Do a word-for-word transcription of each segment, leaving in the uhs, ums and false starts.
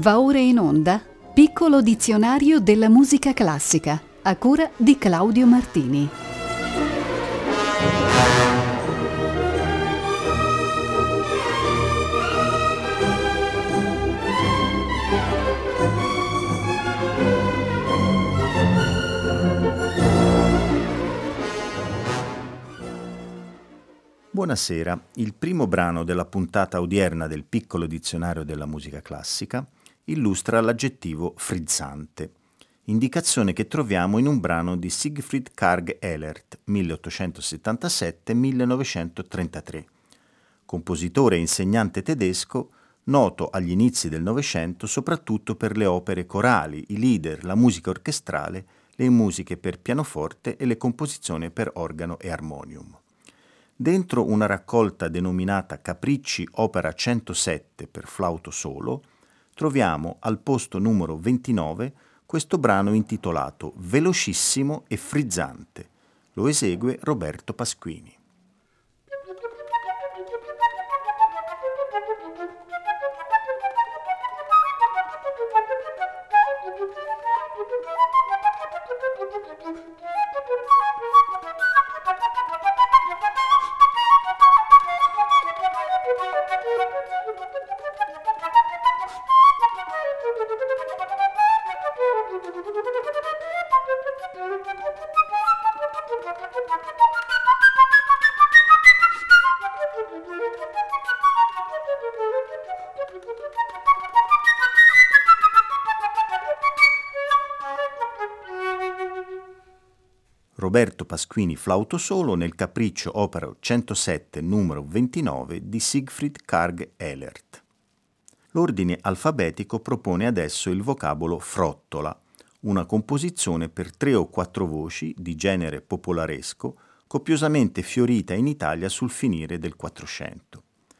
Va ora in onda Piccolo dizionario della musica classica, a cura di Claudio Martini. Buonasera, il primo brano della puntata odierna del Piccolo dizionario della musica classica illustra l'aggettivo frizzante, indicazione che troviamo in un brano di Siegfried Karg Ehlert, milleottocentosettantasette millenovecentotrentatré, compositore e insegnante tedesco noto agli inizi del Novecento soprattutto per le opere corali, i lieder, la musica orchestrale, le musiche per pianoforte e le composizioni per organo e armonium. Dentro una raccolta denominata Capricci Opera centosette per flauto solo, troviamo al posto numero ventinove questo brano intitolato Velocissimo e frizzante. Lo esegue Roberto Pasquini. Roberto Pasquini flauto solo nel Capriccio opera centosette numero ventinove di Siegfried Karg Ehlert. L'ordine alfabetico propone adesso il vocabolo frottola, una composizione per tre o quattro voci di genere popolaresco, copiosamente fiorita in Italia sul finire del Quattrocento.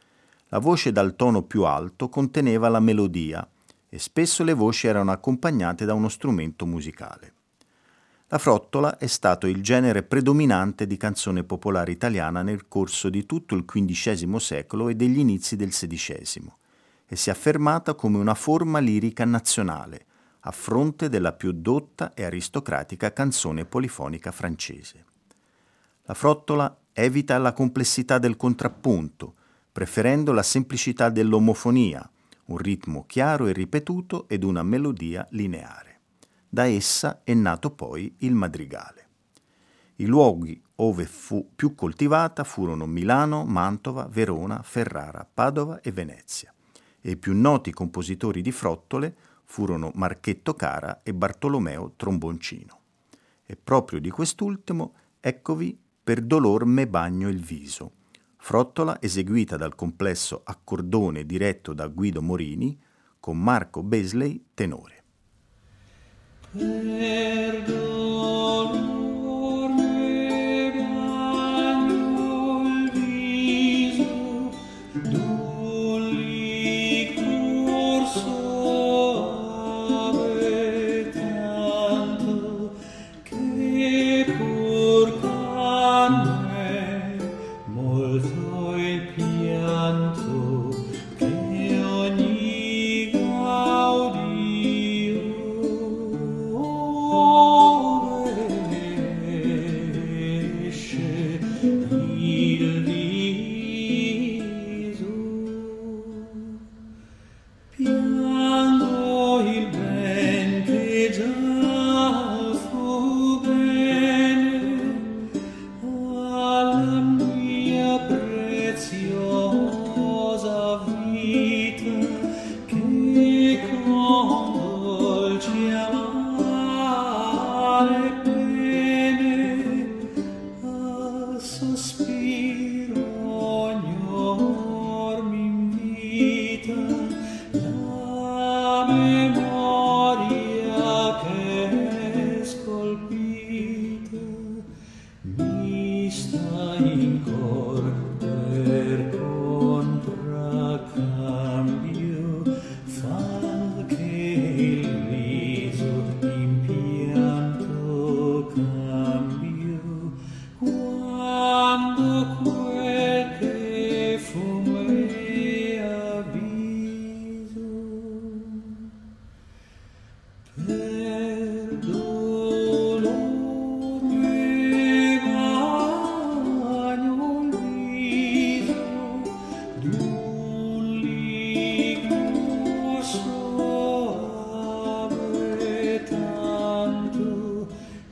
La voce dal tono più alto conteneva la melodia e spesso le voci erano accompagnate da uno strumento musicale. La frottola è stato il genere predominante di canzone popolare italiana nel corso di tutto il quindicesimo secolo e degli inizi del sedicesimo e si è affermata come una forma lirica nazionale a fronte della più dotta e aristocratica canzone polifonica francese. La frottola evita la complessità del contrappunto, preferendo la semplicità dell'omofonia, un ritmo chiaro e ripetuto ed una melodia lineare. Da essa è nato poi il madrigale. I luoghi ove fu più coltivata furono Milano, Mantova, Verona, Ferrara, Padova e Venezia, e i più noti compositori di frottole furono Marchetto Cara e Bartolomeo Tromboncino. E proprio di quest'ultimo eccovi Per dolor me bagno il viso, frottola eseguita dal complesso accordone diretto da Guido Morini con Marco Besley tenore. Per dolor me bagno il viso d'un licor soave tanto che pur can me molto il pianto che ogni gaudio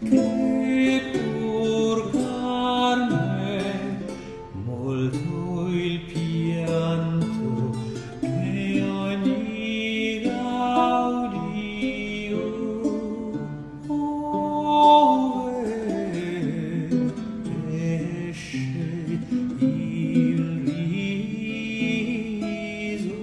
che pur carne molto il pianto che ogni gaudio ove esce il riso.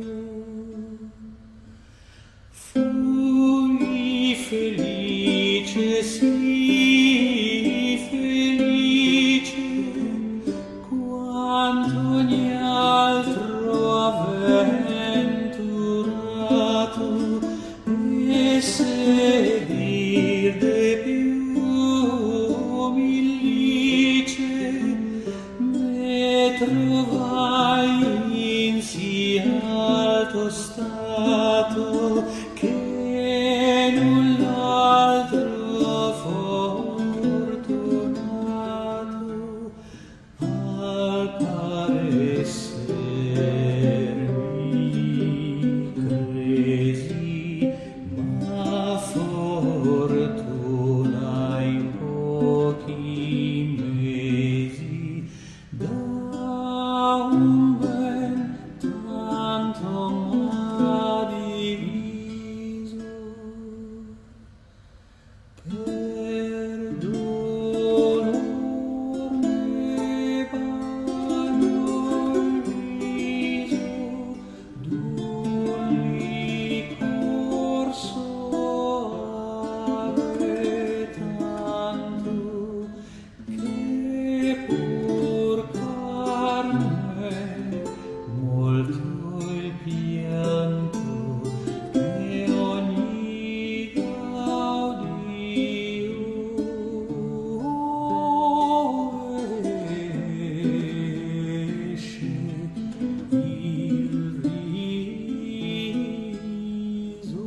Fui felice, sì, felice, quanto ogni altro avventurato, e seguir de più mi lice, me trovai in sì alto stato che null'altro fortunato al paresser mi cresi, ma fortuna in pochi mesi da un ben tanto m'ha diviso. Per dolor ne bagno il viso d'un licor soave tanto che pur carne molto il pianto che ogni gaudio esce il riso.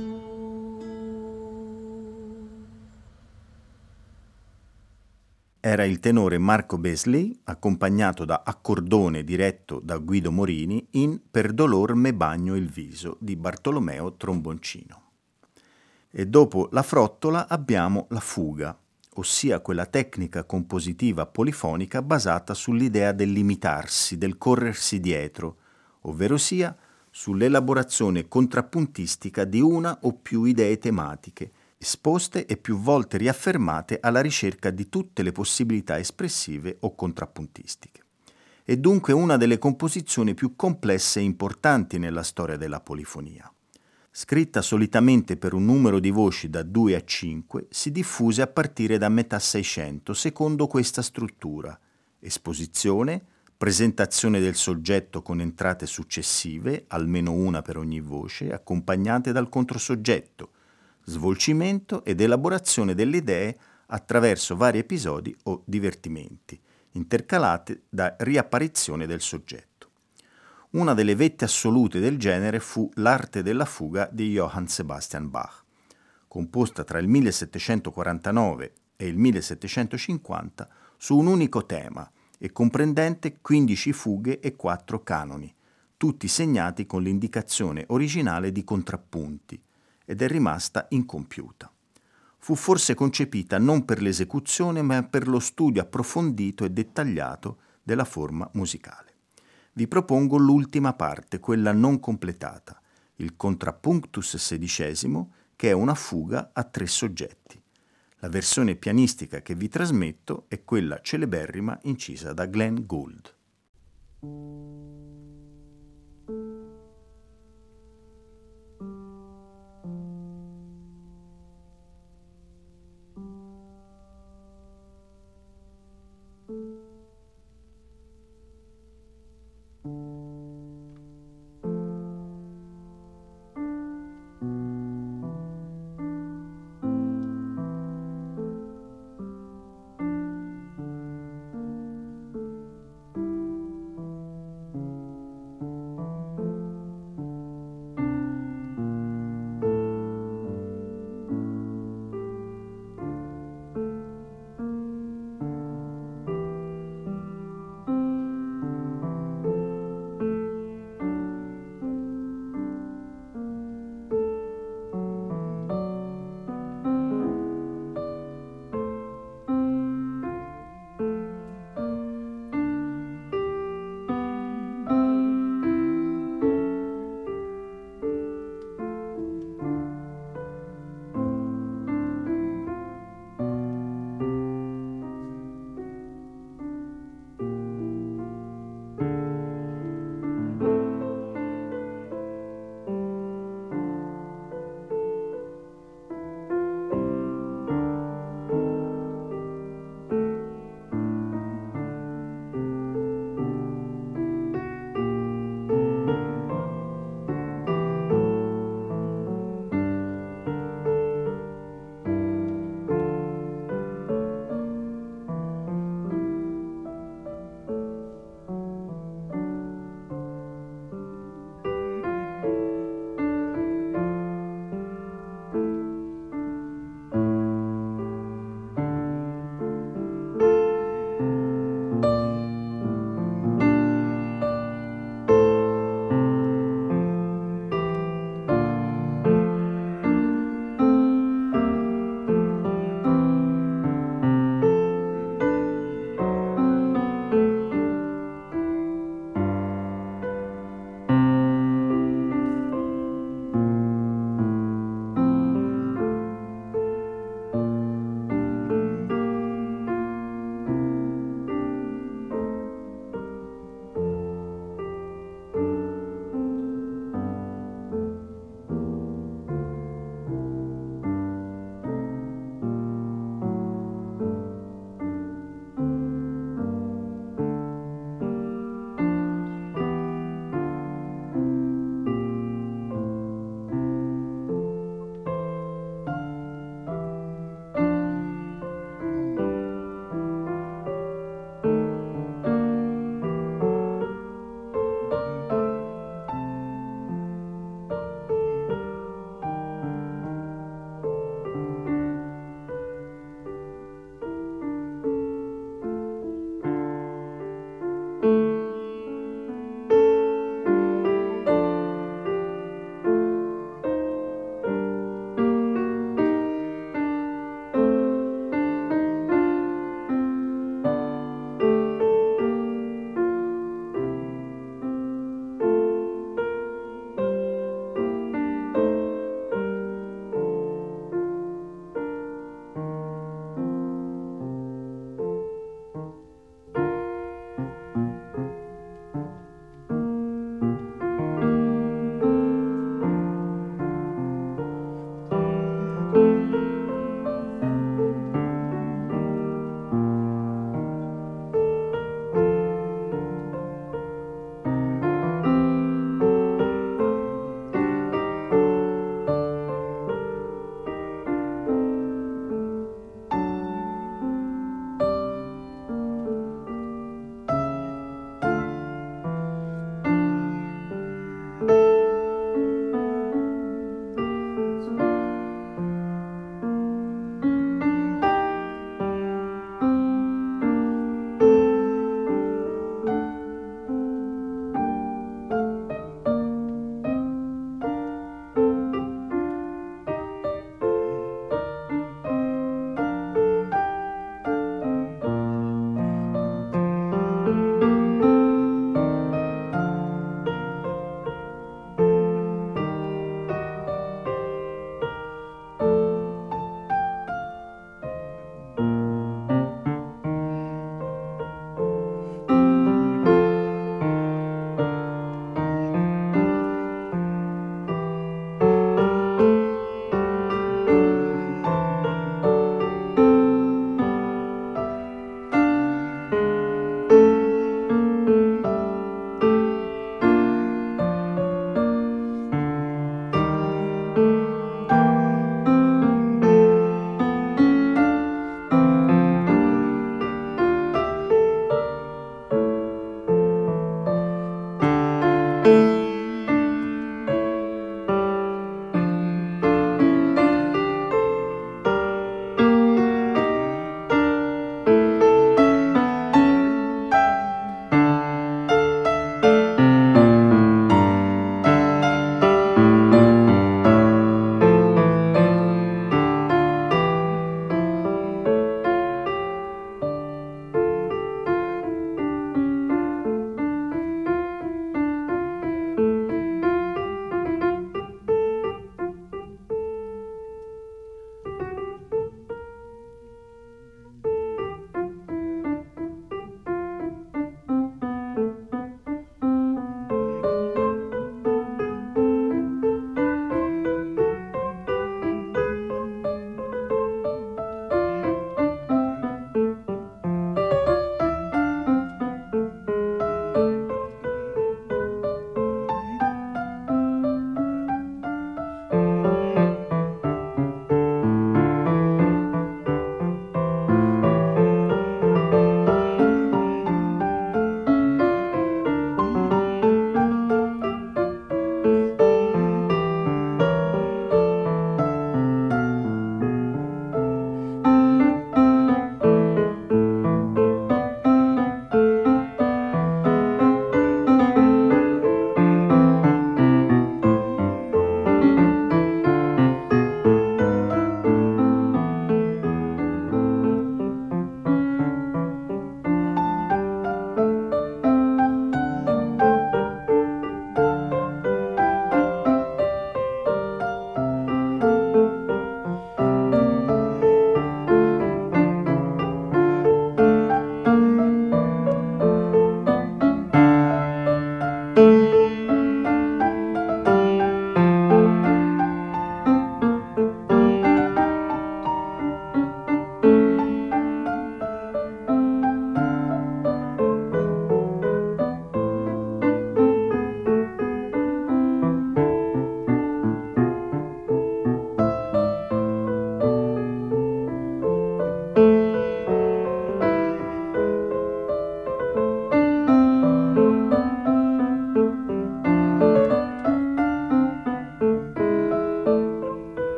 Era il tenore Marco Besley, accompagnato da accordone diretto da Guido Morini in Per dolor me bagno il viso di Bartolomeo Tromboncino. E dopo la frottola abbiamo la fuga, ossia quella tecnica compositiva polifonica basata sull'idea dell'imitarsi, del corrersi dietro, ovverosia sull'elaborazione contrappuntistica di una o più idee tematiche, esposte e più volte riaffermate alla ricerca di tutte le possibilità espressive o contrappuntistiche. È dunque una delle composizioni più complesse e importanti nella storia della polifonia. Scritta solitamente per un numero di voci da due a cinque, si diffuse a partire da metà Seicento secondo questa struttura: esposizione, presentazione del soggetto con entrate successive, almeno una per ogni voce, accompagnate dal controsoggetto, svolgimento ed elaborazione delle idee attraverso vari episodi o divertimenti, intercalate da riapparizione del soggetto. Una delle vette assolute del genere fu L'arte della fuga di Johann Sebastian Bach, composta tra il millesettecentoquarantanove e il millesettecentocinquanta su un unico tema e comprendente quindici fughe e quattro canoni, tutti segnati con l'indicazione originale di contrappunti, ed è rimasta incompiuta. Fu forse concepita non per l'esecuzione, ma per lo studio approfondito e dettagliato della forma musicale. Vi propongo l'ultima parte, quella non completata, il contrapunctus sedicesimo, che è una fuga a tre soggetti. La versione pianistica che vi trasmetto è quella celeberrima incisa da Glenn Gould.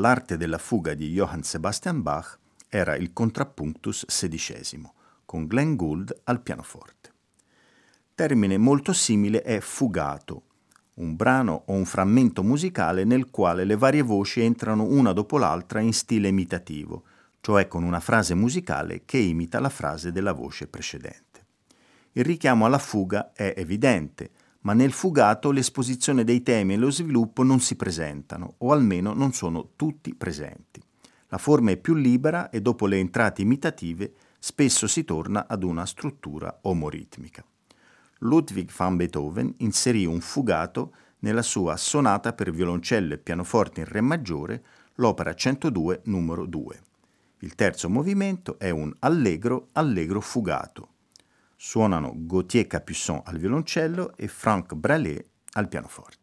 l'arte della fuga di Johann Sebastian Bach era il contrappunctus sedicesimo, con Glenn Gould al pianoforte. Termine molto simile è fugato, un brano o un frammento musicale nel quale le varie voci entrano una dopo l'altra in stile imitativo, cioè con una frase musicale che imita la frase della voce precedente. Il richiamo alla fuga è evidente, ma nel fugato l'esposizione dei temi e lo sviluppo non si presentano, o almeno non sono tutti presenti. La forma è più libera e dopo le entrate imitative spesso si torna ad una struttura omoritmica. Ludwig van Beethoven inserì un fugato nella sua sonata per violoncello e pianoforte in re maggiore, l'opera centodue numero due. Il terzo movimento è un allegro allegro fugato. Suonano Gauthier Capuçon al violoncello e Franck Bralé al pianoforte.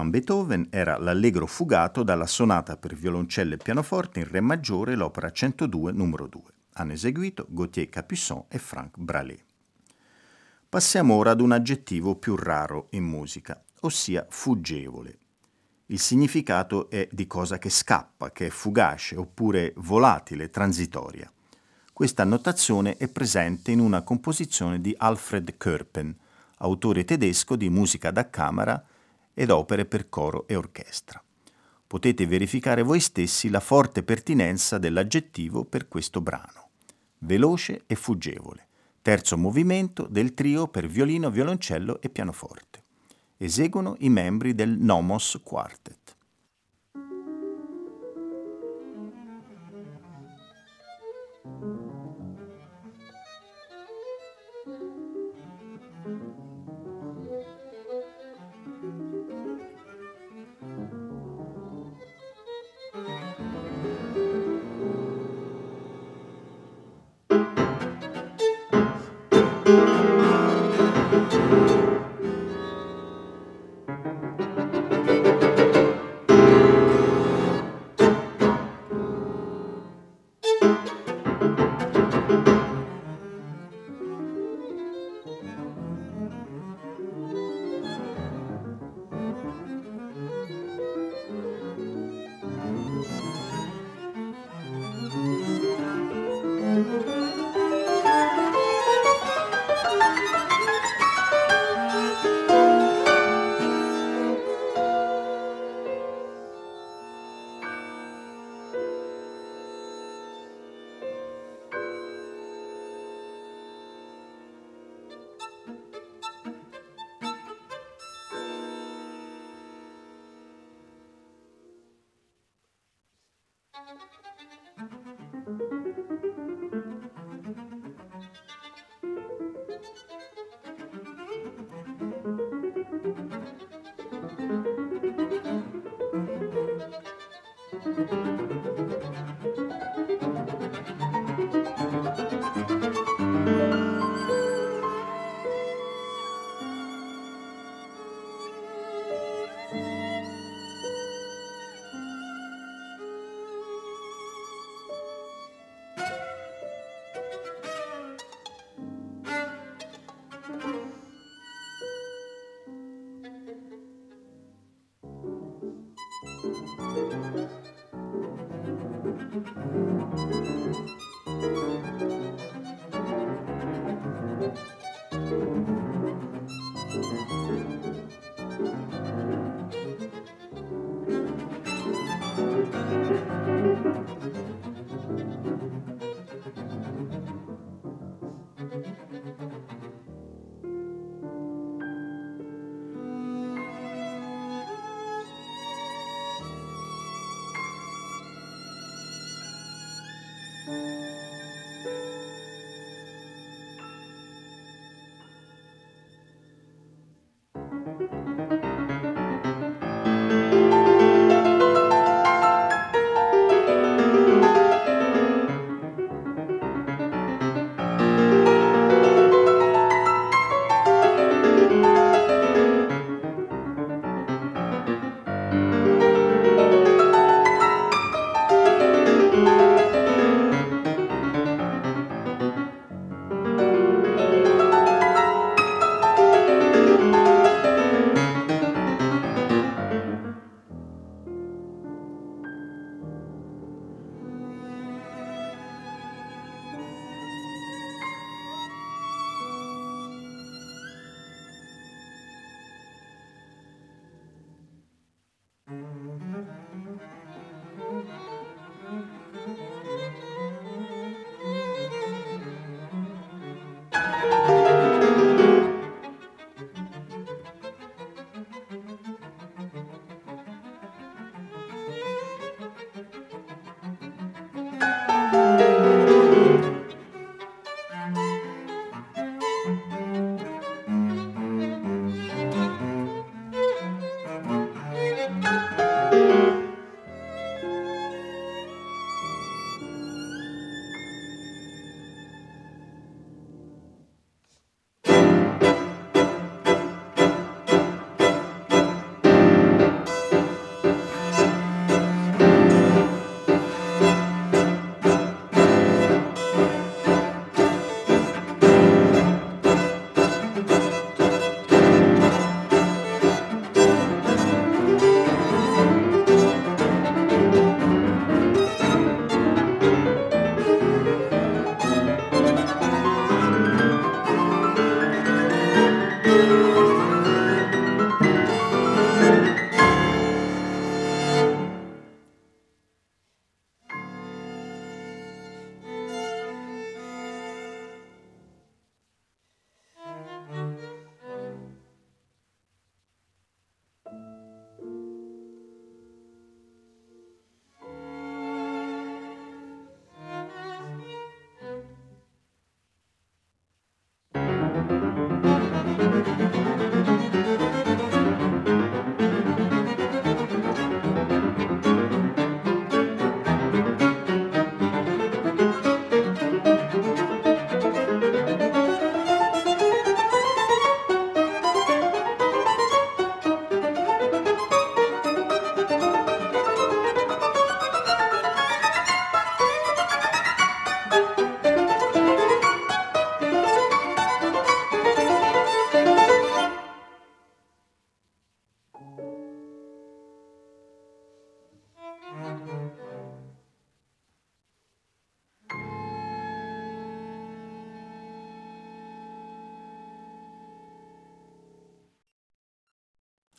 Wolfgang Beethoven era l'allegro fugato dalla sonata per violoncello e pianoforte in re maggiore, l'opera centodue numero due. Hanno eseguito Gauthier Capuçon e Frank Bralet. Passiamo ora ad un aggettivo più raro in musica, ossia fuggevole. Il significato è di cosa che scappa, che è fugace, oppure volatile, transitoria. Questa annotazione è presente in una composizione di Alfred Körpen, autore tedesco di musica da camera ed opere per coro e orchestra. Potete verificare voi stessi la forte pertinenza dell'aggettivo per questo brano. Veloce e fuggevole, terzo movimento del trio per violino, violoncello e pianoforte. Eseguono i membri del Nomos Quartet.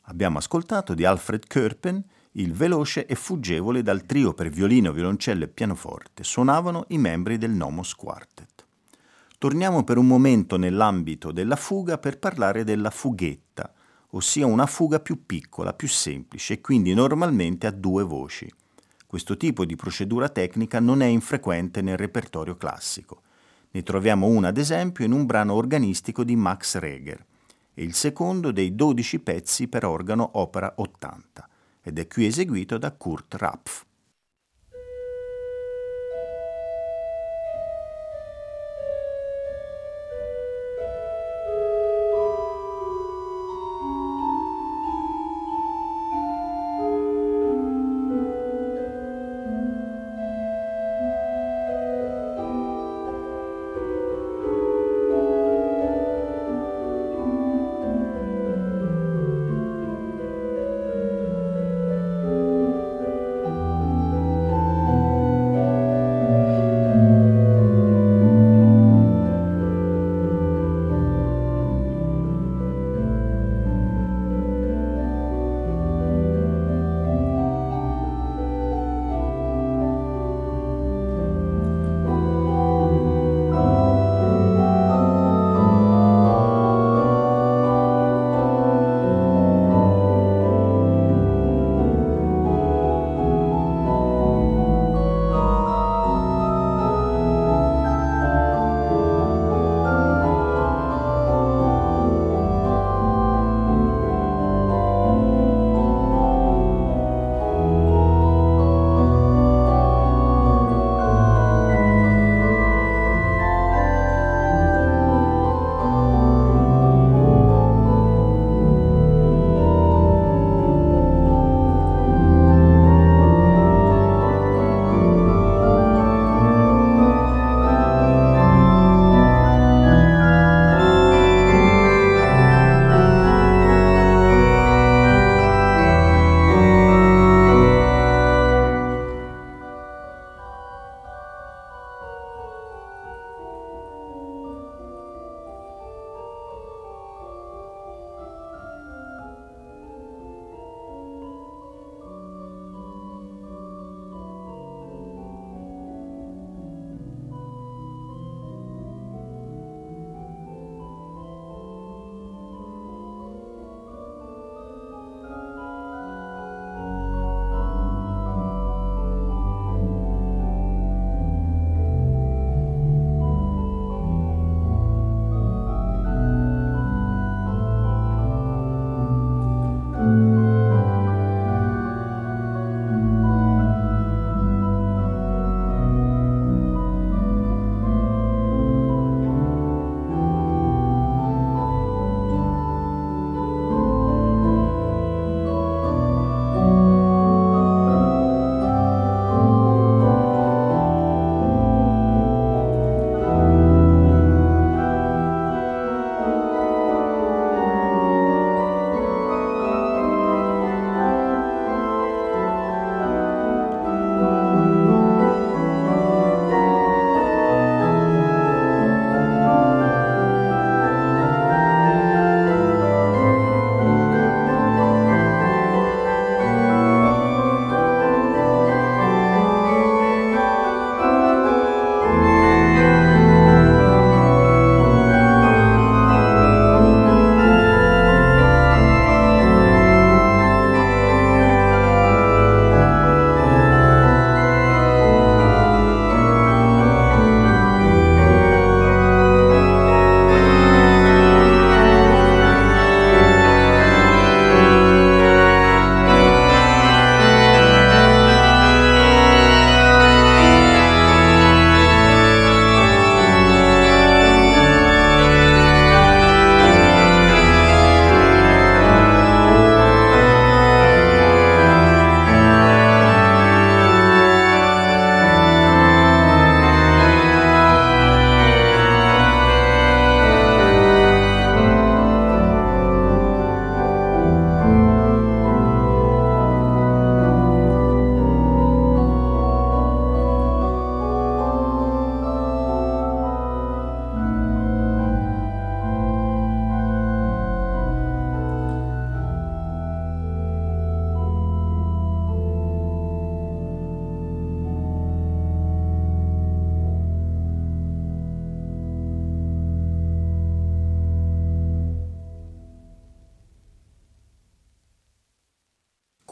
Abbiamo ascoltato di Alfred Körpen il veloce e fuggevole dal trio per violino, violoncello e pianoforte. Suonavano i membri del Nomos Quartet. Torniamo per un momento nell'ambito della fuga per parlare della fughetta, ossia una fuga più piccola, più semplice e quindi normalmente a due voci. Questo tipo di procedura tecnica non è infrequente nel repertorio classico. Ne troviamo una, ad esempio, in un brano organistico di Max Reger, e il secondo dei dodici pezzi per organo opera ottanta, ed è qui eseguito da Kurt Rapf.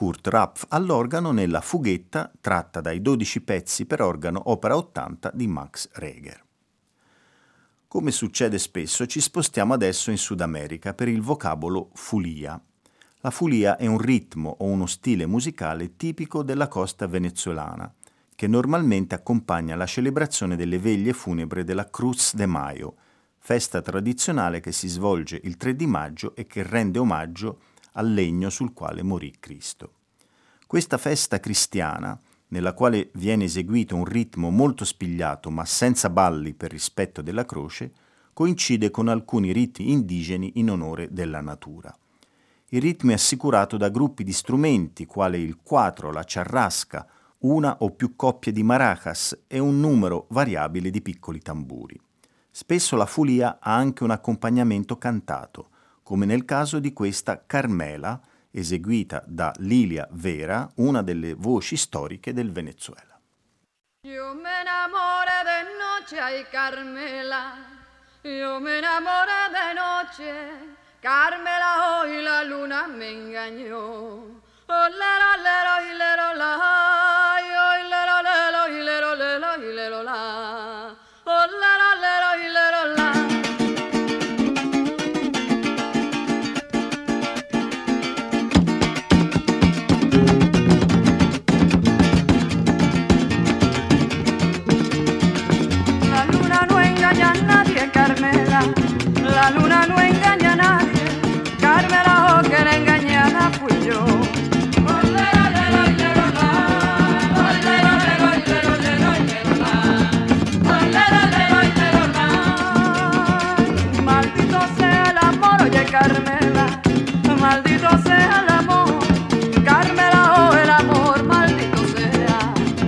Kurt Rapf all'organo nella Fughetta tratta dai dodici pezzi per organo opera ottanta di Max Reger. Come succede spesso, ci spostiamo adesso in Sud America per il vocabolo fulia. La fulia è un ritmo o uno stile musicale tipico della costa venezuelana, che normalmente accompagna la celebrazione delle veglie funebri della Cruz de Mayo, festa tradizionale che si svolge il tre di maggio e che rende omaggio al legno sul quale morì Cristo. Questa festa cristiana, nella quale viene eseguito un ritmo molto spigliato ma senza balli per rispetto della croce, coincide con alcuni riti indigeni in onore della natura. Il ritmo è assicurato da gruppi di strumenti quali il cuatro, la charrasca, una o più coppie di maracas e un numero variabile di piccoli tamburi. Spesso la fulia ha anche un accompagnamento cantato, come nel caso di questa Carmela, eseguita da Lilia Vera, una delle voci storiche del Venezuela. Yo me enamoré de noche, ay Carmela, yo me enamoré de noche, Carmela, hoy la luna me engañó. Oh, lero, lero, lero, la, oh, lero, lero, lero, lero, lero, la, oh, lero, lero, lero, la. La luna no engaña a nadie, Carmela, la luna no engaña a nadie, Carmela, oh, que la engañada fui yo. Maldito sea el amor, oye Carmela, maldito sea el amor, Carmela, oh el amor, maldito sea.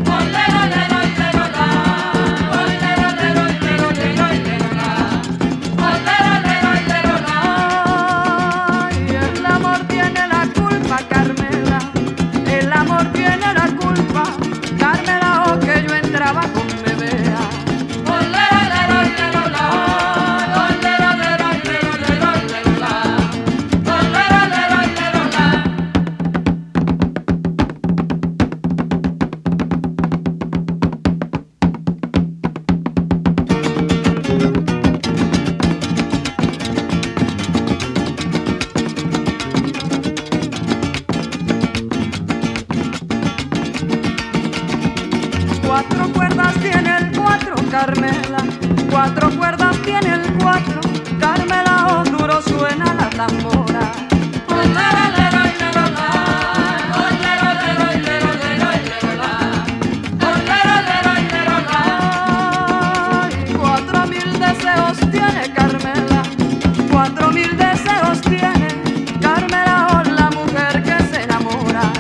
Y el amor tiene la culpa, Carmela, el amor tiene la culpa, Carmela, oh que yo entraba con bebea. Cuatro cuerdas tiene el cuatro, Carmela, cuatro cuerdas tiene el cuatro, Carmela, oh duro suena la tambora. Ay, cuatro mil deseos tiene Carmela, cuatro mil deseos tiene Carmela, oh la mujer que se enamora.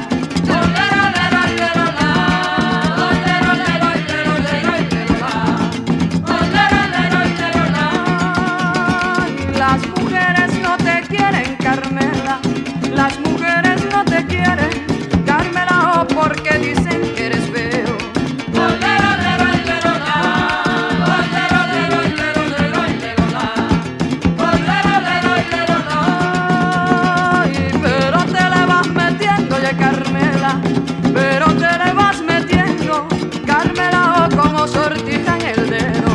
Las mujeres no te quieren, Carmela, las mujeres no te quieren, Carmela, oh, porque dicen que eres feo. Ay, pero te le vas metiendo, oye Carmela, pero te le vas metiendo, Carmela, oh, como sortija en el dedo.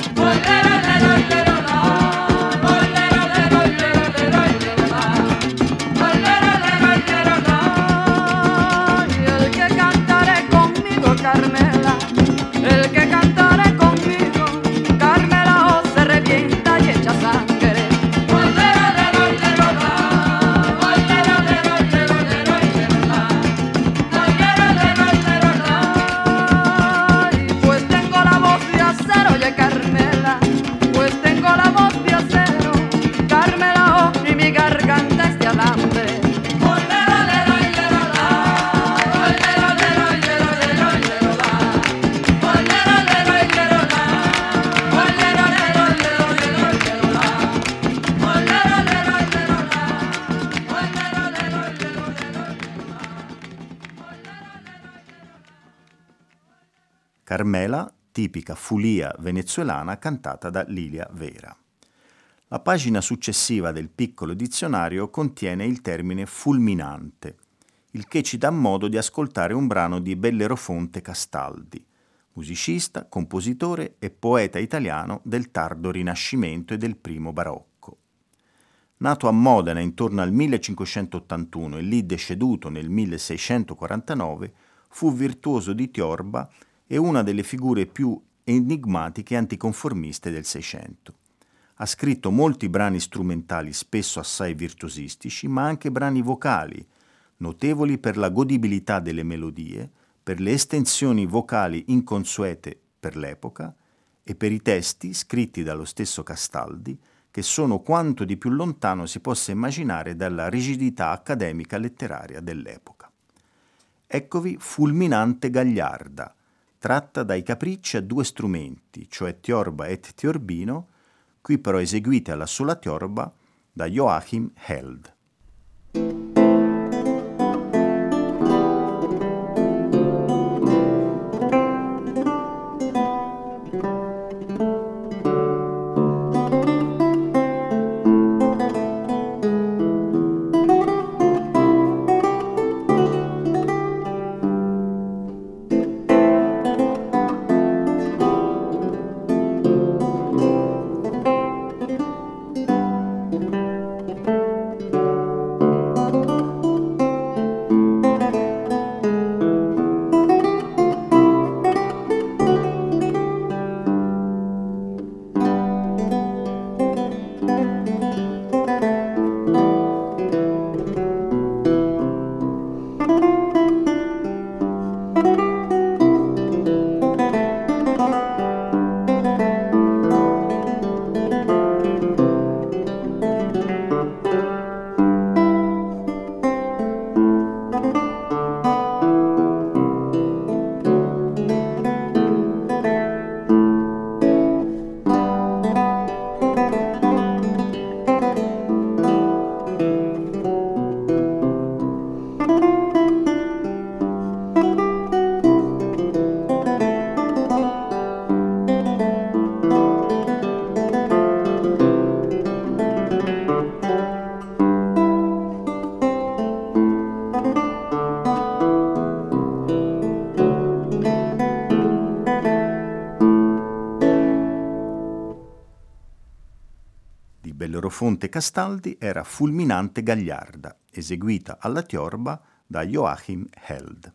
Carmela, el que cantaré conmigo, Carmela, oh, se revienta y echa sangre. Ay, pues tengo la voz de acero, oye Carmela, pues tengo la voz de acero, Carmela, oh, y mi garganta es de alambre. Carmela, tipica fulia venezuelana cantata da Lilia Vera. La pagina successiva del piccolo dizionario contiene il termine fulminante. il che ci dà modo di ascoltare un brano di Bellerofonte Castaldi, musicista, compositore e poeta italiano del tardo Rinascimento e del primo Barocco. Nato a Modena intorno al millecinquecentottantuno e lì deceduto nel milleseicentoquarantanove, fu virtuoso di tiorba e una delle figure più enigmatiche e anticonformiste del Seicento. Ha scritto molti brani strumentali spesso assai virtuosistici, ma anche brani vocali, notevoli per la godibilità delle melodie, per le estensioni vocali inconsuete per l'epoca e per i testi scritti dallo stesso Castaldi, che sono quanto di più lontano si possa immaginare dalla rigidità accademica letteraria dell'epoca. Eccovi Fulminante Gagliarda, tratta dai capricci a due strumenti, cioè tiorba et tiorbino, qui però eseguite alla sola tiorba da Joachim Held. Bellerofonte Castaldi era Fulminante Gagliarda, eseguita alla tiorba da Joachim Held.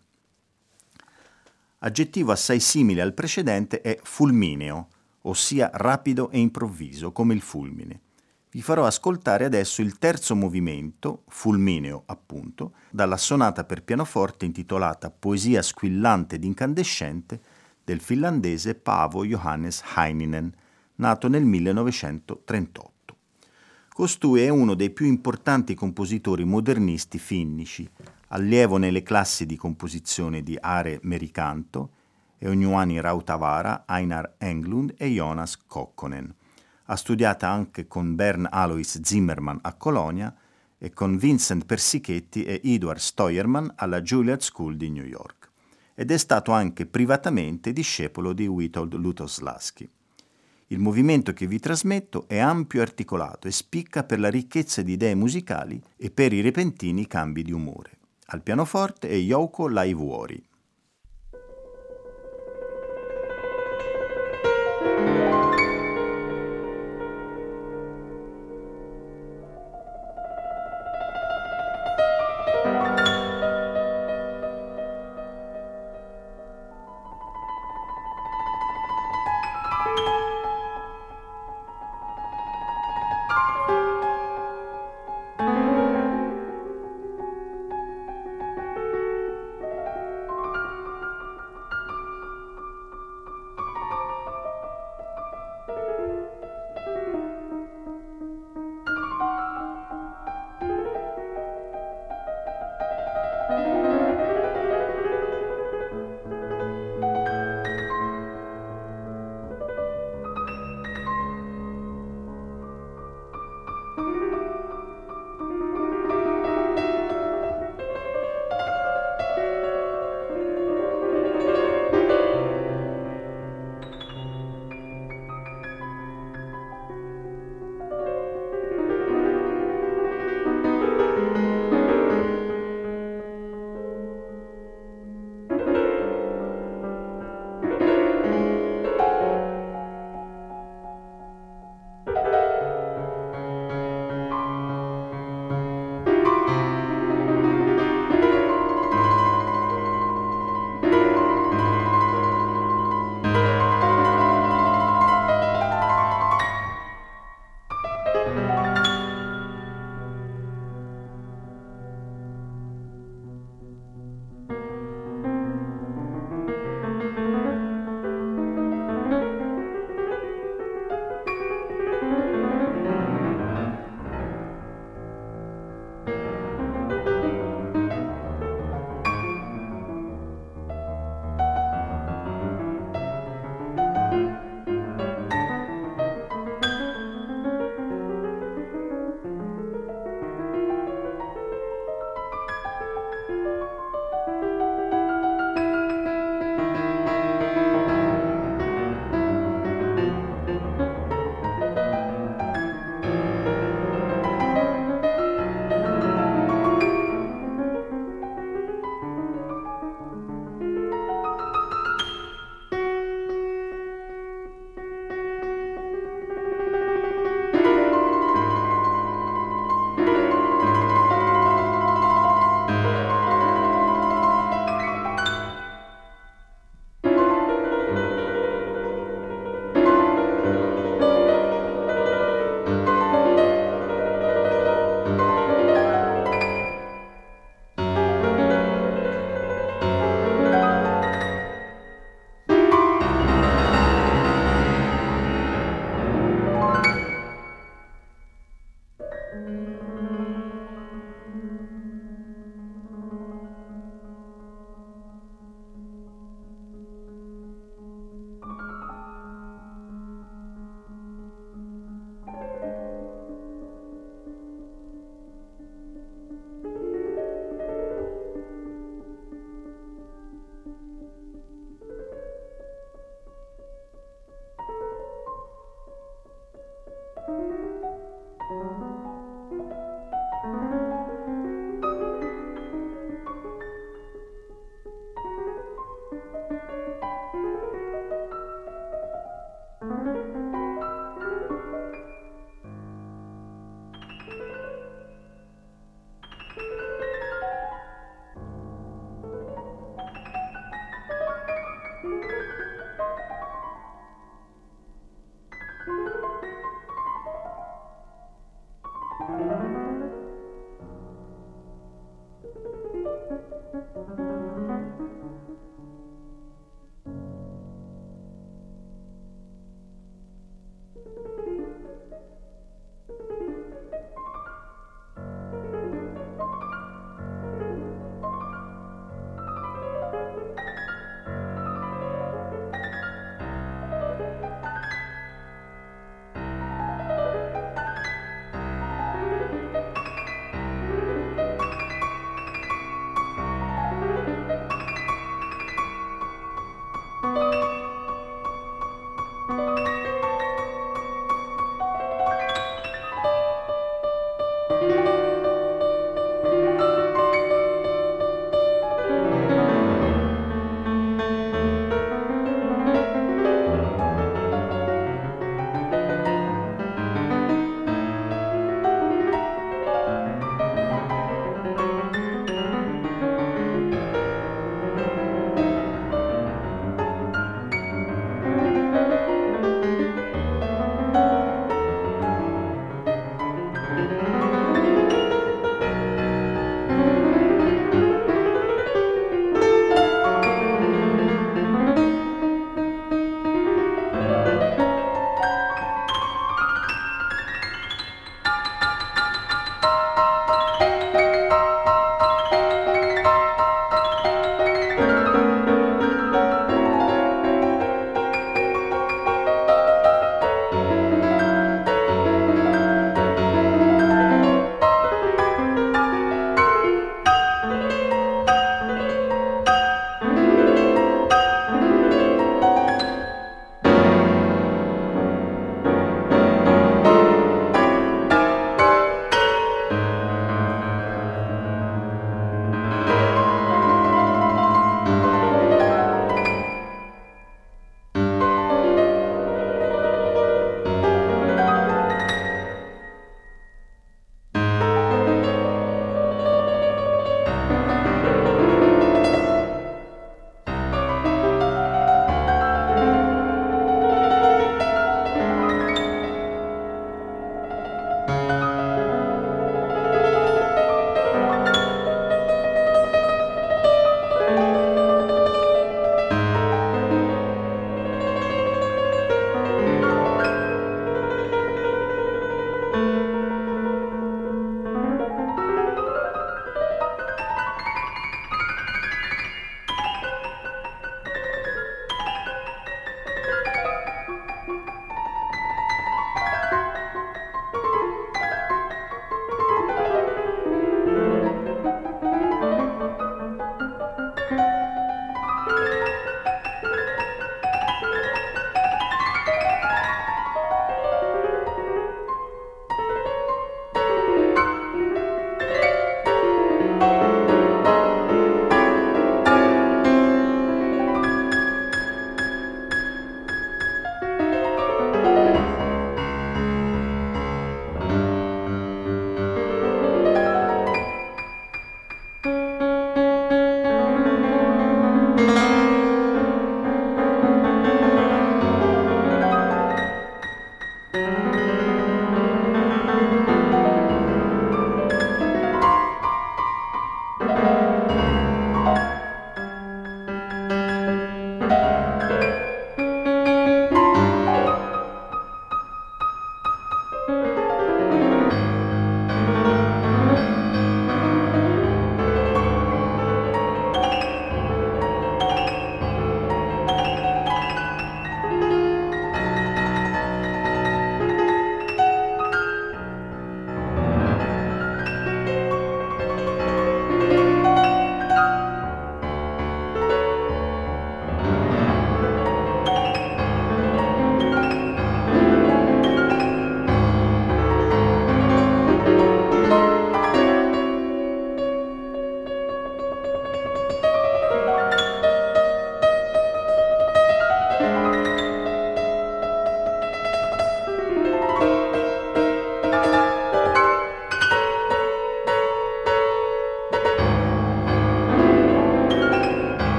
Aggettivo assai simile al precedente è fulmineo, ossia rapido e improvviso, come il fulmine. Vi farò ascoltare adesso il terzo movimento, fulmineo appunto, dalla sonata per pianoforte intitolata Poesia squillante ed incandescente del finlandese Paavo Johannes Heininen, nato nel millenovecentotrentotto. Costui è uno dei più importanti compositori modernisti finnici, allievo nelle classi di composizione di Are Merikanto, Eunjuani Rautavaara, Einar Englund e Jonas Kokkonen. Ha studiato anche con Bern Alois Zimmermann a Colonia e con Vincent Persichetti e Edward Steuermann alla Juilliard School di New York, ed è stato anche privatamente discepolo di Witold Lutosławski. Il movimento che vi trasmetto è ampio e articolato e spicca per la ricchezza di idee musicali e per i repentini cambi di umore. Al pianoforte è Jouko Laivuori.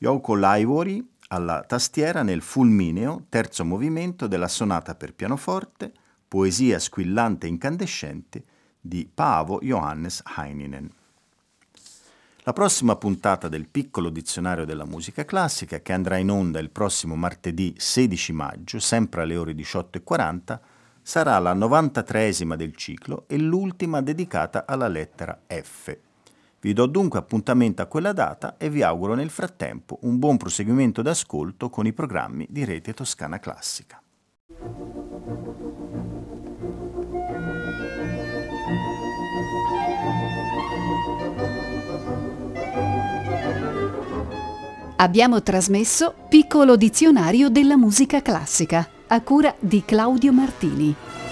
Yoko Laiwori alla tastiera nel fulmineo, terzo movimento della sonata per pianoforte, poesia squillante e incandescente di Paavo Johannes Heininen. La prossima puntata del piccolo dizionario della musica classica, che andrà in onda il prossimo martedì sedici maggio, sempre alle ore diciotto e quaranta, sarà la novantatreesima del ciclo e l'ultima dedicata alla lettera F. Vi do dunque appuntamento a quella data e vi auguro nel frattempo un buon proseguimento d'ascolto con i programmi di Rete Toscana Classica. Abbiamo trasmesso Piccolo dizionario della musica classica, a cura di Claudio Martini.